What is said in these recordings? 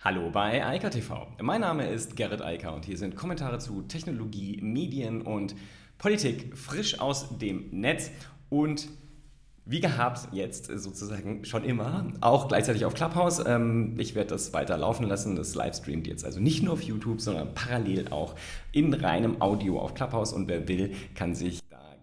Hallo bei Eika TV. Mein Name ist Gerrit Eiker und hier sind Kommentare zu Technologie, Medien und Politik frisch aus dem Netz und wie gehabt jetzt sozusagen schon immer, auch gleichzeitig auf Clubhouse. Ich werde das weiter laufen lassen, das livestreamt jetzt also nicht nur auf YouTube, sondern parallel auch in reinem Audio auf Clubhouse und wer will, kann sich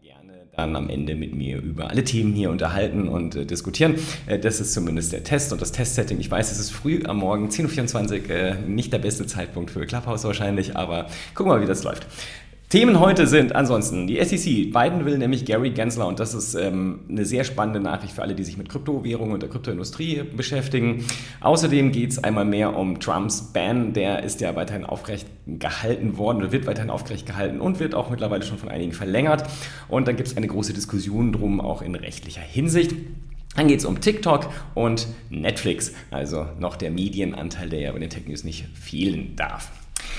dann am Ende mit mir über alle Themen hier unterhalten und diskutieren. Das ist zumindest der Test und das Testsetting. Ich weiß, es ist früh am Morgen, 10.24 Uhr, nicht der beste Zeitpunkt für Clubhouse wahrscheinlich, aber gucken wir mal, wie das läuft. Themen heute sind ansonsten die SEC. Biden will nämlich Gary Gensler und das ist eine sehr spannende Nachricht für alle, die sich mit Kryptowährungen und der Kryptoindustrie beschäftigen. Außerdem geht es einmal mehr um Trumps Ban. Der ist ja weiterhin aufrecht gehalten worden oder wird weiterhin aufrecht gehalten und wird auch mittlerweile schon von einigen verlängert. Und dann gibt es eine große Diskussion drum, auch in rechtlicher Hinsicht. Dann geht es um TikTok und Netflix, also noch der Medienanteil, der ja bei den Tech News nicht fehlen darf.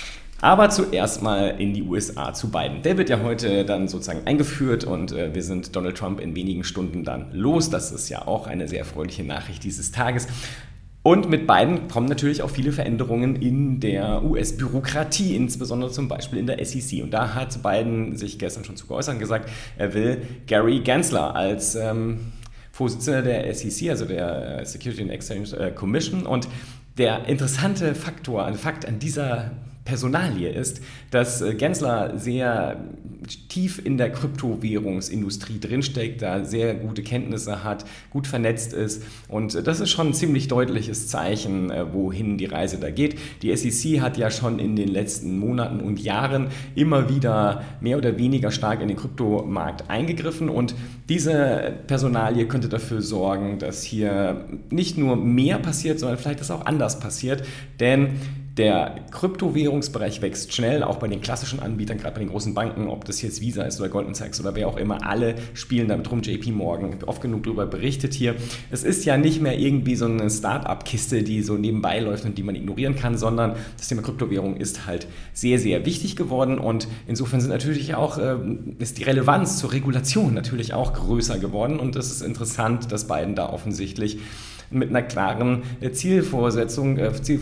Aber zuerst mal in die USA zu Biden. Der wird ja heute dann sozusagen eingeführt und wir sind Donald Trump in wenigen Stunden dann los. Das ist ja auch eine sehr erfreuliche Nachricht dieses Tages. Und mit Biden kommen natürlich auch viele Veränderungen in der US-Bürokratie, insbesondere zum Beispiel in der SEC. Und da hat Biden sich gestern schon zu geäußert und gesagt, er will Gary Gensler als Vorsitzender der SEC, also der Security and Exchange Commission. Und der interessante Fakt an dieser Personalie ist, dass Gensler sehr tief in der Kryptowährungsindustrie drinsteckt, da sehr gute Kenntnisse hat, gut vernetzt ist und das ist schon ein ziemlich deutliches Zeichen, wohin die Reise da geht. Die SEC hat ja schon in den letzten Monaten und Jahren immer wieder mehr oder weniger stark in den Kryptomarkt eingegriffen und diese Personalie könnte dafür sorgen, dass hier nicht nur mehr passiert, sondern vielleicht das auch anders passiert, denn der Kryptowährungsbereich wächst schnell, auch bei den klassischen Anbietern, gerade bei den großen Banken, ob das jetzt Visa ist oder Goldman Sachs oder wer auch immer, alle spielen damit rum, JP Morgan, oft genug darüber berichtet hier. Es ist ja nicht mehr irgendwie so eine Start-up-Kiste, die so nebenbei läuft und die man ignorieren kann, sondern das Thema Kryptowährung ist halt sehr, sehr wichtig geworden und insofern sind natürlich auch, ist die Relevanz zur Regulation natürlich auch größer geworden und es ist interessant, dass Biden da offensichtlich mit einer klaren Zielvoraussetzung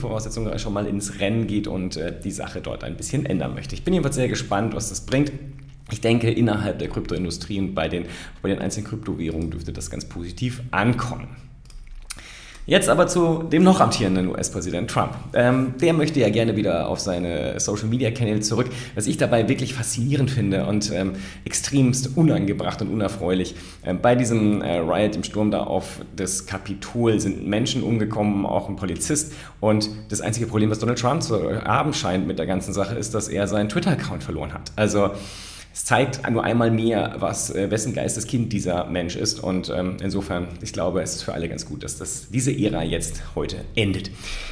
schon mal ins Rennen geht und die Sache dort ein bisschen ändern möchte. Ich bin jedenfalls sehr gespannt, was das bringt. Ich denke, innerhalb der Kryptoindustrie und bei den einzelnen Kryptowährungen dürfte das ganz positiv ankommen. Jetzt aber zu dem noch amtierenden US-Präsident Trump. Der möchte ja gerne wieder auf seine Social-Media-Kanäle zurück, was ich dabei wirklich faszinierend finde und extremst unangebracht und unerfreulich. Bei diesem Riot, dem Sturm da auf das Kapitol, sind Menschen umgekommen, auch ein Polizist. Und das einzige Problem, was Donald Trump zu haben scheint mit der ganzen Sache, ist, dass er seinen Twitter-Account verloren hat. Also es zeigt nur einmal mehr, wessen Geisteskind dieser Mensch ist und insofern, ich glaube, es ist für alle ganz gut, dass diese Ära jetzt heute endet.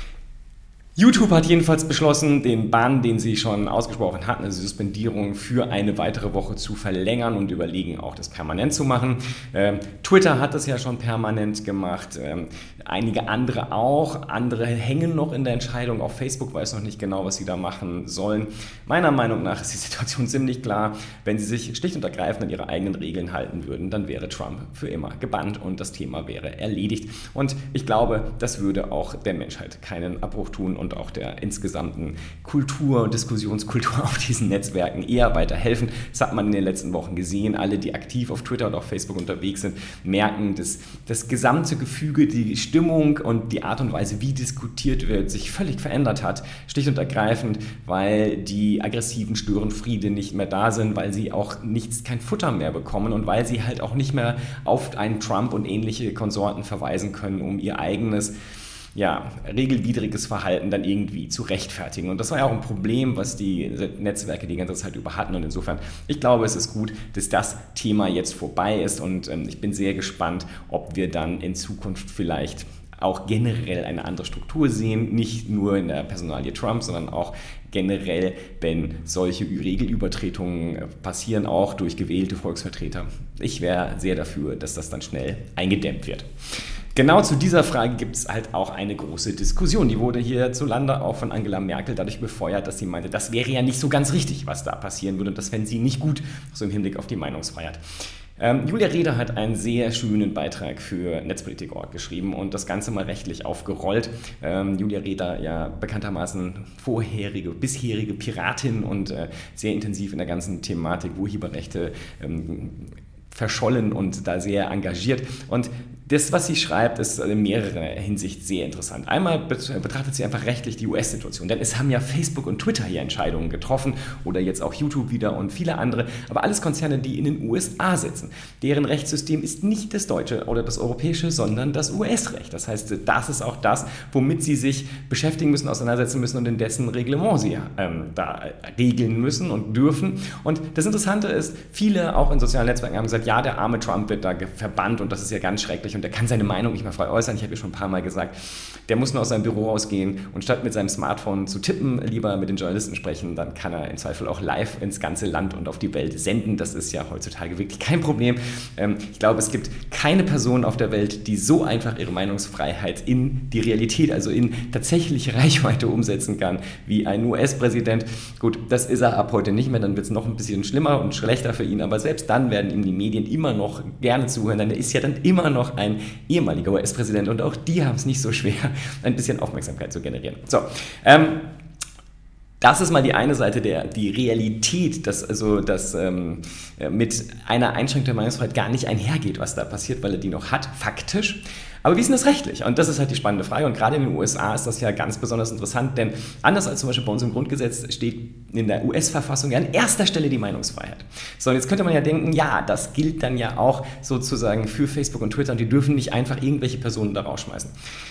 YouTube hat jedenfalls beschlossen, den Ban, den sie schon ausgesprochen hatten, also die Suspendierung für eine weitere Woche zu verlängern und überlegen auch, das permanent zu machen. Twitter hat das ja schon permanent gemacht, einige andere auch. Andere hängen noch in der Entscheidung. Auch Facebook weiß noch nicht genau, was sie da machen sollen. Meiner Meinung nach ist die Situation ziemlich klar. Wenn sie sich schlicht und ergreifend an ihre eigenen Regeln halten würden, dann wäre Trump für immer gebannt und das Thema wäre erledigt. Und ich glaube, das würde auch der Menschheit keinen Abbruch tun und auch der insgesamten Kultur und Diskussionskultur auf diesen Netzwerken eher weiterhelfen. Das hat man in den letzten Wochen gesehen. Alle, die aktiv auf Twitter und auf Facebook unterwegs sind, merken, dass das gesamte Gefüge, die Stimmung und die Art und Weise, wie diskutiert wird, sich völlig verändert hat. Schlicht und ergreifend, weil die aggressiven Störenfriede nicht mehr da sind, weil sie auch kein Futter mehr bekommen und weil sie halt auch nicht mehr auf einen Trump und ähnliche Konsorten verweisen können, um ihr eigenes regelwidriges Verhalten dann irgendwie zu rechtfertigen. Und das war ja auch ein Problem, was die Netzwerke die ganze Zeit über hatten. Und insofern, ich glaube, es ist gut, dass das Thema jetzt vorbei ist. Und ich bin sehr gespannt, ob wir dann in Zukunft vielleicht auch generell eine andere Struktur sehen, nicht nur in der Personalie Trump, sondern auch generell, wenn solche Regelübertretungen passieren, auch durch gewählte Volksvertreter. Ich wäre sehr dafür, dass das dann schnell eingedämmt wird. Genau zu dieser Frage gibt es halt auch eine große Diskussion. Die wurde hierzulande auch von Angela Merkel dadurch befeuert, dass sie meinte, das wäre ja nicht so ganz richtig, was da passieren würde und das fänden sie nicht gut, so im Hinblick auf die Meinungsfreiheit. Julia Reda hat einen sehr schönen Beitrag für Netzpolitik.org geschrieben und das Ganze mal rechtlich aufgerollt. Julia Reda, ja bekanntermaßen bisherige Piratin und sehr intensiv in der ganzen Thematik Urheberrechte verschollen und da sehr engagiert. Und das, was sie schreibt, ist in mehrerer Hinsicht sehr interessant. Einmal betrachtet sie einfach rechtlich die US-Situation, denn es haben ja Facebook und Twitter hier Entscheidungen getroffen oder jetzt auch YouTube wieder und viele andere, aber alles Konzerne, die in den USA sitzen. Deren Rechtssystem ist nicht das deutsche oder das europäische, sondern das US-Recht. Das heißt, das ist auch das, womit sie sich beschäftigen müssen, auseinandersetzen müssen und in dessen Reglement sie da regeln müssen und dürfen. Und das Interessante ist, viele auch in sozialen Netzwerken haben gesagt, ja, der arme Trump wird da verbannt und das ist ja ganz schrecklich und der kann seine Meinung nicht mehr frei äußern. Ich habe ja schon ein paar Mal gesagt, der muss nur aus seinem Büro ausgehen und statt mit seinem Smartphone zu tippen, lieber mit den Journalisten sprechen, dann kann er im Zweifel auch live ins ganze Land und auf die Welt senden. Das ist ja heutzutage wirklich kein Problem. Ich glaube, es gibt keine Person auf der Welt, die so einfach ihre Meinungsfreiheit in die Realität, also in tatsächliche Reichweite umsetzen kann, wie ein US-Präsident. Gut, das ist er ab heute nicht mehr, dann wird es noch ein bisschen schlimmer und schlechter für ihn, aber selbst dann werden ihm die Medien immer noch gerne zuhören, denn er ist ja dann immer noch ein ehemaliger US-Präsident und auch die haben es nicht so schwer, ein bisschen Aufmerksamkeit zu generieren. So, das ist mal die eine Seite, die Realität, dass mit einer Einschränkung der Meinungsfreiheit gar nicht einhergeht, was da passiert, weil er die noch hat, faktisch. Aber wie ist denn das rechtlich? Und das ist halt die spannende Frage. Und gerade in den USA ist das ja ganz besonders interessant, denn anders als zum Beispiel bei uns im Grundgesetz steht in der US-Verfassung ja an erster Stelle die Meinungsfreiheit. So, und jetzt könnte man ja denken, ja, das gilt dann ja auch sozusagen für Facebook und Twitter und die dürfen nicht einfach irgendwelche Personen da rausschmeißen.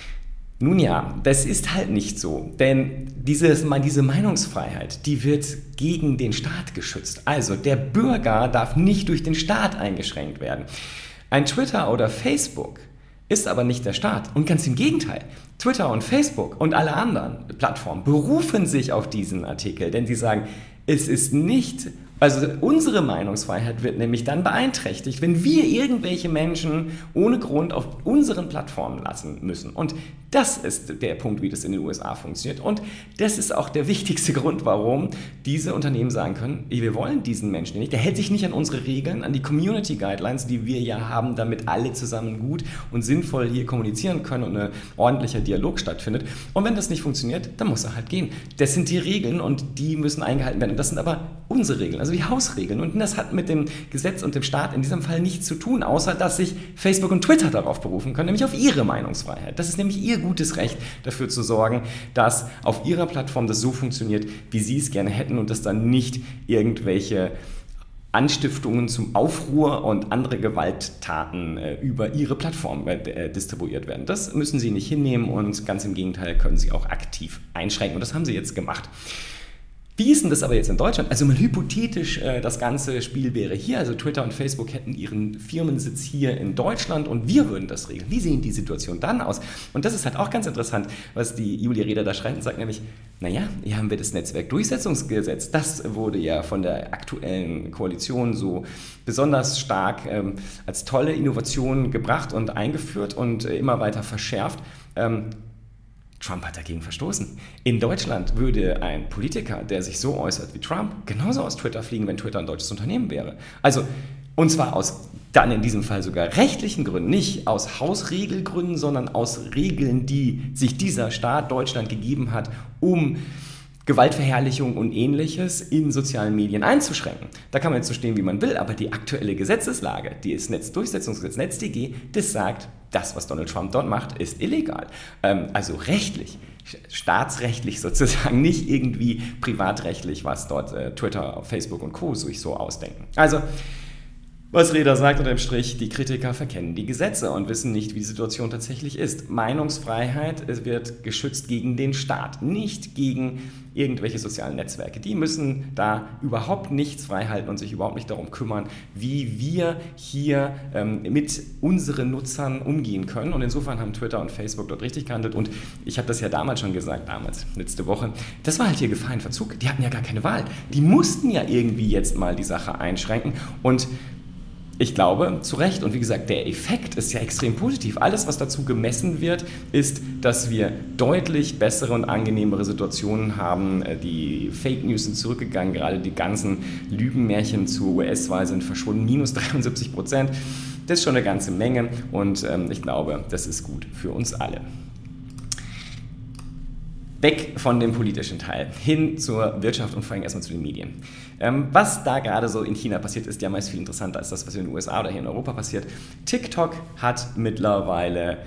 Nun ja, das ist halt nicht so, denn diese Meinungsfreiheit, die wird gegen den Staat geschützt. Also der Bürger darf nicht durch den Staat eingeschränkt werden. Ein Twitter oder Facebook ist aber nicht der Staat. Und ganz im Gegenteil, Twitter und Facebook und alle anderen Plattformen berufen sich auf diesen Artikel, denn sie sagen, es ist nicht, also unsere Meinungsfreiheit wird nämlich dann beeinträchtigt, wenn wir irgendwelche Menschen ohne Grund auf unseren Plattformen lassen müssen. Und das ist der Punkt, wie das in den USA funktioniert. Und das ist auch der wichtigste Grund, warum diese Unternehmen sagen können, wir wollen diesen Menschen nicht. Der hält sich nicht an unsere Regeln, an die Community Guidelines, die wir ja haben, damit alle zusammen gut und sinnvoll hier kommunizieren können und ein ordentlicher Dialog stattfindet. Und wenn das nicht funktioniert, dann muss er halt gehen. Das sind die Regeln und die müssen eingehalten werden. Und das sind aber unsere Regeln, also die Hausregeln. Und das hat mit dem Gesetz und dem Staat in diesem Fall nichts zu tun, außer dass sich Facebook und Twitter darauf berufen können, nämlich auf ihre Meinungsfreiheit. Das ist nämlich ihr gutes Recht, dafür zu sorgen, dass auf ihrer Plattform das so funktioniert, wie sie es gerne hätten und dass dann nicht irgendwelche Anstiftungen zum Aufruhr und andere Gewalttaten über ihre Plattform distribuiert werden. Das müssen sie nicht hinnehmen und ganz im Gegenteil können sie auch aktiv einschränken. Und das haben sie jetzt gemacht. Wie ist denn das aber jetzt in Deutschland? Also mal hypothetisch, das ganze Spiel wäre hier, also Twitter und Facebook hätten ihren Firmensitz hier in Deutschland und wir würden das regeln. Wie sehen die Situation dann aus? Und das ist halt auch ganz interessant, was die Julia Reda da schreibt und sagt nämlich, naja, hier haben wir das Netzwerkdurchsetzungsgesetz. Das wurde ja von der aktuellen Koalition so besonders stark als tolle Innovation gebracht und eingeführt und immer weiter verschärft. Trump hat dagegen verstoßen. In Deutschland würde ein Politiker, der sich so äußert wie Trump, genauso aus Twitter fliegen, wenn Twitter ein deutsches Unternehmen wäre. Also, und zwar aus dann in diesem Fall sogar rechtlichen Gründen, nicht aus Hausregelgründen, sondern aus Regeln, die sich dieser Staat Deutschland gegeben hat, um Gewaltverherrlichung und Ähnliches in sozialen Medien einzuschränken. Da kann man jetzt so stehen, wie man will, aber die aktuelle Gesetzeslage, das Netzdurchsetzungsgesetz, NetzDG, das sagt, das, was Donald Trump dort macht, ist illegal. Also rechtlich, staatsrechtlich sozusagen, nicht irgendwie privatrechtlich, was dort Twitter, Facebook und Co. sich so ausdenken. Also, was Reda sagt unter dem Strich, die Kritiker verkennen die Gesetze und wissen nicht, wie die Situation tatsächlich ist. Meinungsfreiheit wird geschützt gegen den Staat, nicht gegen irgendwelche sozialen Netzwerke. Die müssen da überhaupt nichts freihalten und sich überhaupt nicht darum kümmern, wie wir hier mit unseren Nutzern umgehen können. Und insofern haben Twitter und Facebook dort richtig gehandelt. Und ich habe das ja damals schon gesagt, letzte Woche, das war halt hier Gefahr in Verzug. Die hatten ja gar keine Wahl. Die mussten ja irgendwie jetzt mal die Sache einschränken und ich glaube, zu Recht. Und wie gesagt, der Effekt ist ja extrem positiv. Alles, was dazu gemessen wird, ist, dass wir deutlich bessere und angenehmere Situationen haben. Die Fake News sind zurückgegangen, gerade die ganzen Lügenmärchen zur US-Wahl sind verschwunden, minus 73%. Das ist schon eine ganze Menge und ich glaube, das ist gut für uns alle. Weg von dem politischen Teil, hin zur Wirtschaft und vor allem erstmal zu den Medien. Was da gerade so in China passiert, ist ja meist viel interessanter als das, was in den USA oder hier in Europa passiert. TikTok hat mittlerweile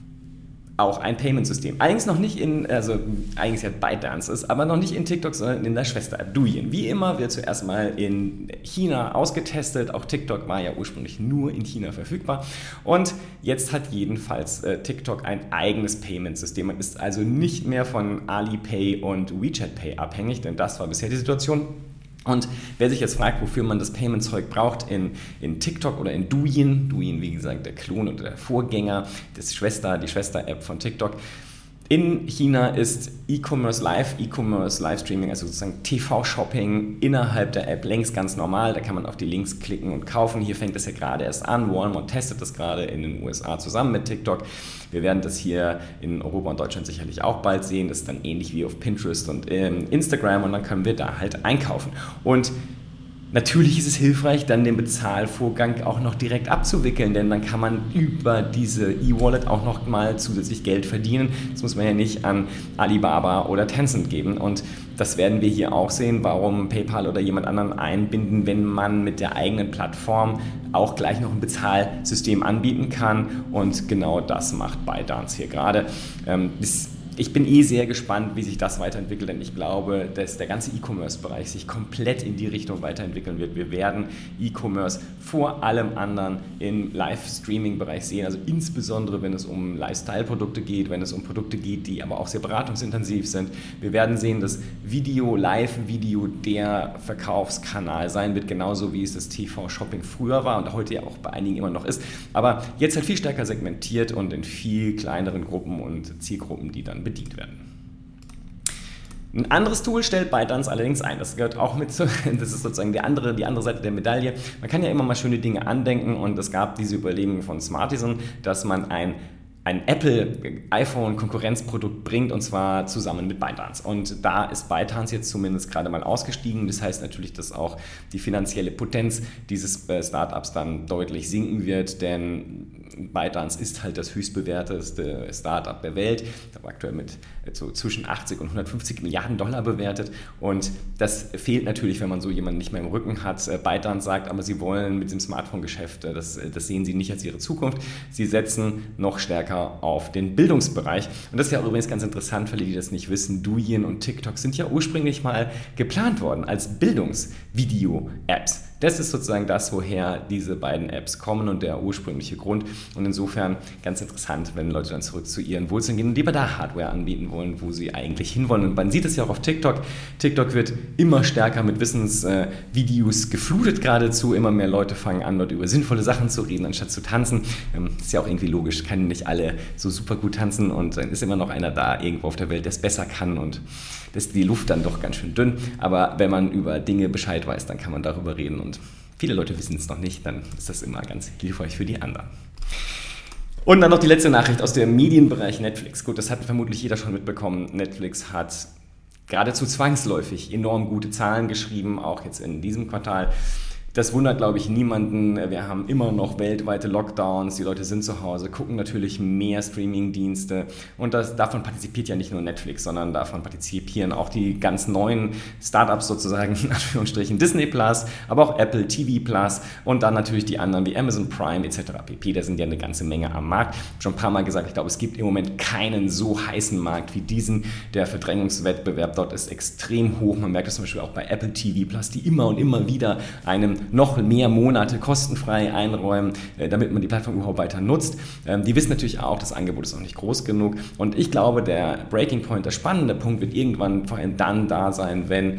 auch ein Payment-System. Eigentlich noch nicht eigentlich hat ByteDance ist, aber noch nicht in TikTok, sondern in der Schwester-App Douyin. Wie immer wird zuerst mal in China ausgetestet. Auch TikTok war ja ursprünglich nur in China verfügbar. Und jetzt hat jedenfalls TikTok ein eigenes Payment-System. Man ist also nicht mehr von Alipay und WeChat Pay abhängig, denn das war bisher die Situation. Und wer sich jetzt fragt, wofür man das Payment-Zeug braucht in TikTok oder in Douyin, wie gesagt der Klon oder der Vorgänger, die Schwester-App von TikTok. In China ist E-Commerce Livestreaming, also sozusagen TV-Shopping innerhalb der App längst ganz normal. Da kann man auf die Links klicken und kaufen. Hier fängt es ja gerade erst an. Walmart testet das gerade in den USA zusammen mit TikTok. Wir werden das hier in Europa und Deutschland sicherlich auch bald sehen. Das ist dann ähnlich wie auf Pinterest und Instagram und dann können wir da halt einkaufen. Und natürlich ist es hilfreich, dann den Bezahlvorgang auch noch direkt abzuwickeln, denn dann kann man über diese E-Wallet auch noch mal zusätzlich Geld verdienen. Das muss man ja nicht an Alibaba oder Tencent geben und das werden wir hier auch sehen, warum PayPal oder jemand anderen einbinden, wenn man mit der eigenen Plattform auch gleich noch ein Bezahlsystem anbieten kann und genau das macht ByteDance hier gerade. Ich bin sehr gespannt, wie sich das weiterentwickelt, denn ich glaube, dass der ganze E-Commerce-Bereich sich komplett in die Richtung weiterentwickeln wird. Wir werden E-Commerce vor allem anderen im Live-Streaming-Bereich sehen, also insbesondere, wenn es um Lifestyle-Produkte geht, wenn es um Produkte geht, die aber auch sehr beratungsintensiv sind. Wir werden sehen, dass Live-Video der Verkaufskanal sein wird, genauso wie es das TV-Shopping früher war und heute ja auch bei einigen immer noch ist, aber jetzt halt viel stärker segmentiert und in viel kleineren Gruppen und Zielgruppen, die dann bedient werden. Ein anderes Tool stellt ByteDance allerdings ein. Das gehört auch mit zu, das ist sozusagen die andere Seite der Medaille. Man kann ja immer mal schöne Dinge andenken und es gab diese Überlegung von Smartisan, dass man ein Apple-iPhone-Konkurrenzprodukt bringt und zwar zusammen mit ByteDance. Und da ist ByteDance jetzt zumindest gerade mal ausgestiegen. Das heißt natürlich, dass auch die finanzielle Potenz dieses Startups dann deutlich sinken wird, denn ByteDance ist halt das höchstbewerteste Startup der Welt, aktuell mit so zwischen 80 und 150 Milliarden Dollar bewertet und das fehlt natürlich, wenn man so jemanden nicht mehr im Rücken hat. ByteDance sagt aber, sie wollen mit dem Smartphone-Geschäft, das sehen sie nicht als ihre Zukunft, sie setzen noch stärker auf den Bildungsbereich und das ist ja auch übrigens ganz interessant, für die, die das nicht wissen, Douyin und TikTok sind ja ursprünglich mal geplant worden als Bildungsvideo-Apps. Das ist sozusagen das, woher diese beiden Apps kommen und der ursprüngliche Grund. Und insofern ganz interessant, wenn Leute dann zurück zu ihren Wurzeln gehen und lieber da Hardware anbieten wollen, wo sie eigentlich hinwollen. Und man sieht es ja auch auf TikTok. TikTok wird immer stärker mit Wissensvideos geflutet geradezu. Immer mehr Leute fangen an, dort über sinnvolle Sachen zu reden, anstatt zu tanzen. Ist ja auch irgendwie logisch, können nicht alle so super gut tanzen und dann ist immer noch einer da irgendwo auf der Welt, der es besser kann und ist die Luft dann doch ganz schön dünn. Aber wenn man über Dinge Bescheid weiß, dann kann man darüber reden und viele Leute wissen es noch nicht, dann ist das immer ganz hilfreich für die anderen. Und dann noch die letzte Nachricht aus dem Medienbereich Netflix. Gut, das hat vermutlich jeder schon mitbekommen. Netflix hat geradezu zwangsläufig enorm gute Zahlen geschrieben, auch jetzt in diesem Quartal. Das wundert, glaube ich, niemanden. Wir haben immer noch weltweite Lockdowns, die Leute sind zu Hause, gucken natürlich mehr Streaming-Dienste und davon partizipiert ja nicht nur Netflix, sondern davon partizipieren auch die ganz neuen Startups sozusagen, in Anführungsstrichen Disney Plus, aber auch Apple TV Plus und dann natürlich die anderen wie Amazon Prime etc. pp. Da sind ja eine ganze Menge am Markt. Schon ein paar Mal gesagt, ich glaube, es gibt im Moment keinen so heißen Markt wie diesen. Der Verdrängungswettbewerb dort ist extrem hoch. Man merkt das zum Beispiel auch bei Apple TV Plus, die immer und immer wieder einem noch mehr Monate kostenfrei einräumen, damit man die Plattform überhaupt weiter nutzt. Die wissen natürlich auch, das Angebot ist noch nicht groß genug und ich glaube, der Breaking Point, der spannende Punkt wird irgendwann vor allem dann da sein, wenn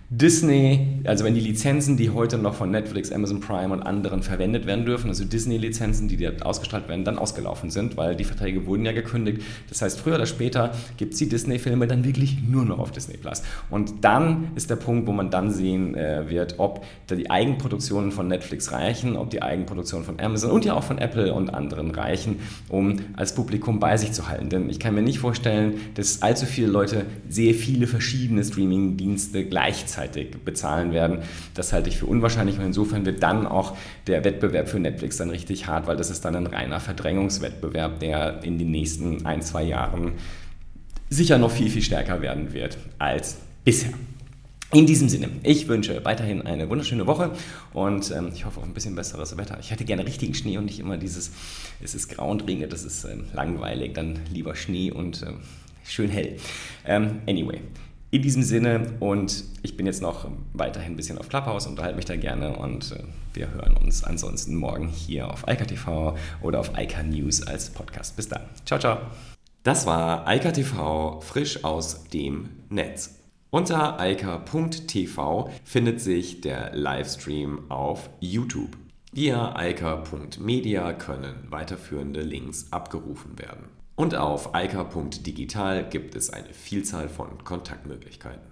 Disney, also wenn die Lizenzen, die heute noch von Netflix, Amazon Prime und anderen verwendet werden dürfen, also Disney-Lizenzen, die dort ausgestrahlt werden, dann ausgelaufen sind, weil die Verträge wurden ja gekündigt. Das heißt, früher oder später gibt es die Disney-Filme dann wirklich nur noch auf Disney Plus. Und dann ist der Punkt, wo man dann sehen wird, ob da die Eigenproduktionen von Netflix reichen, ob die Eigenproduktionen von Amazon und ja auch von Apple und anderen reichen, um als Publikum bei sich zu halten. Denn ich kann mir nicht vorstellen, dass allzu viele Leute sehr viele verschiedene Streaming-Dienste gleichzeitig bezahlen werden. Das halte ich für unwahrscheinlich und insofern wird dann auch der Wettbewerb für Netflix dann richtig hart, weil das ist dann ein reiner Verdrängungswettbewerb, der in den nächsten 1-2 Jahren sicher noch viel, viel stärker werden wird als bisher. In diesem Sinne, ich wünsche weiterhin eine wunderschöne Woche und ich hoffe auf ein bisschen besseres Wetter. Ich hätte gerne richtigen Schnee und nicht immer dieses, es ist grau und regnet, das ist langweilig, dann lieber Schnee und schön hell. Anyway. In diesem Sinne und ich bin jetzt noch weiterhin ein bisschen auf Clubhouse, unterhalte mich da gerne und wir hören uns ansonsten morgen hier auf Eika TV oder auf Eika News als Podcast. Bis dann. Ciao, ciao. Das war Eika TV frisch aus dem Netz. Unter eika.tv findet sich der Livestream auf YouTube. Via eika.media können weiterführende Links abgerufen werden. Und auf eika.digital gibt es eine Vielzahl von Kontaktmöglichkeiten.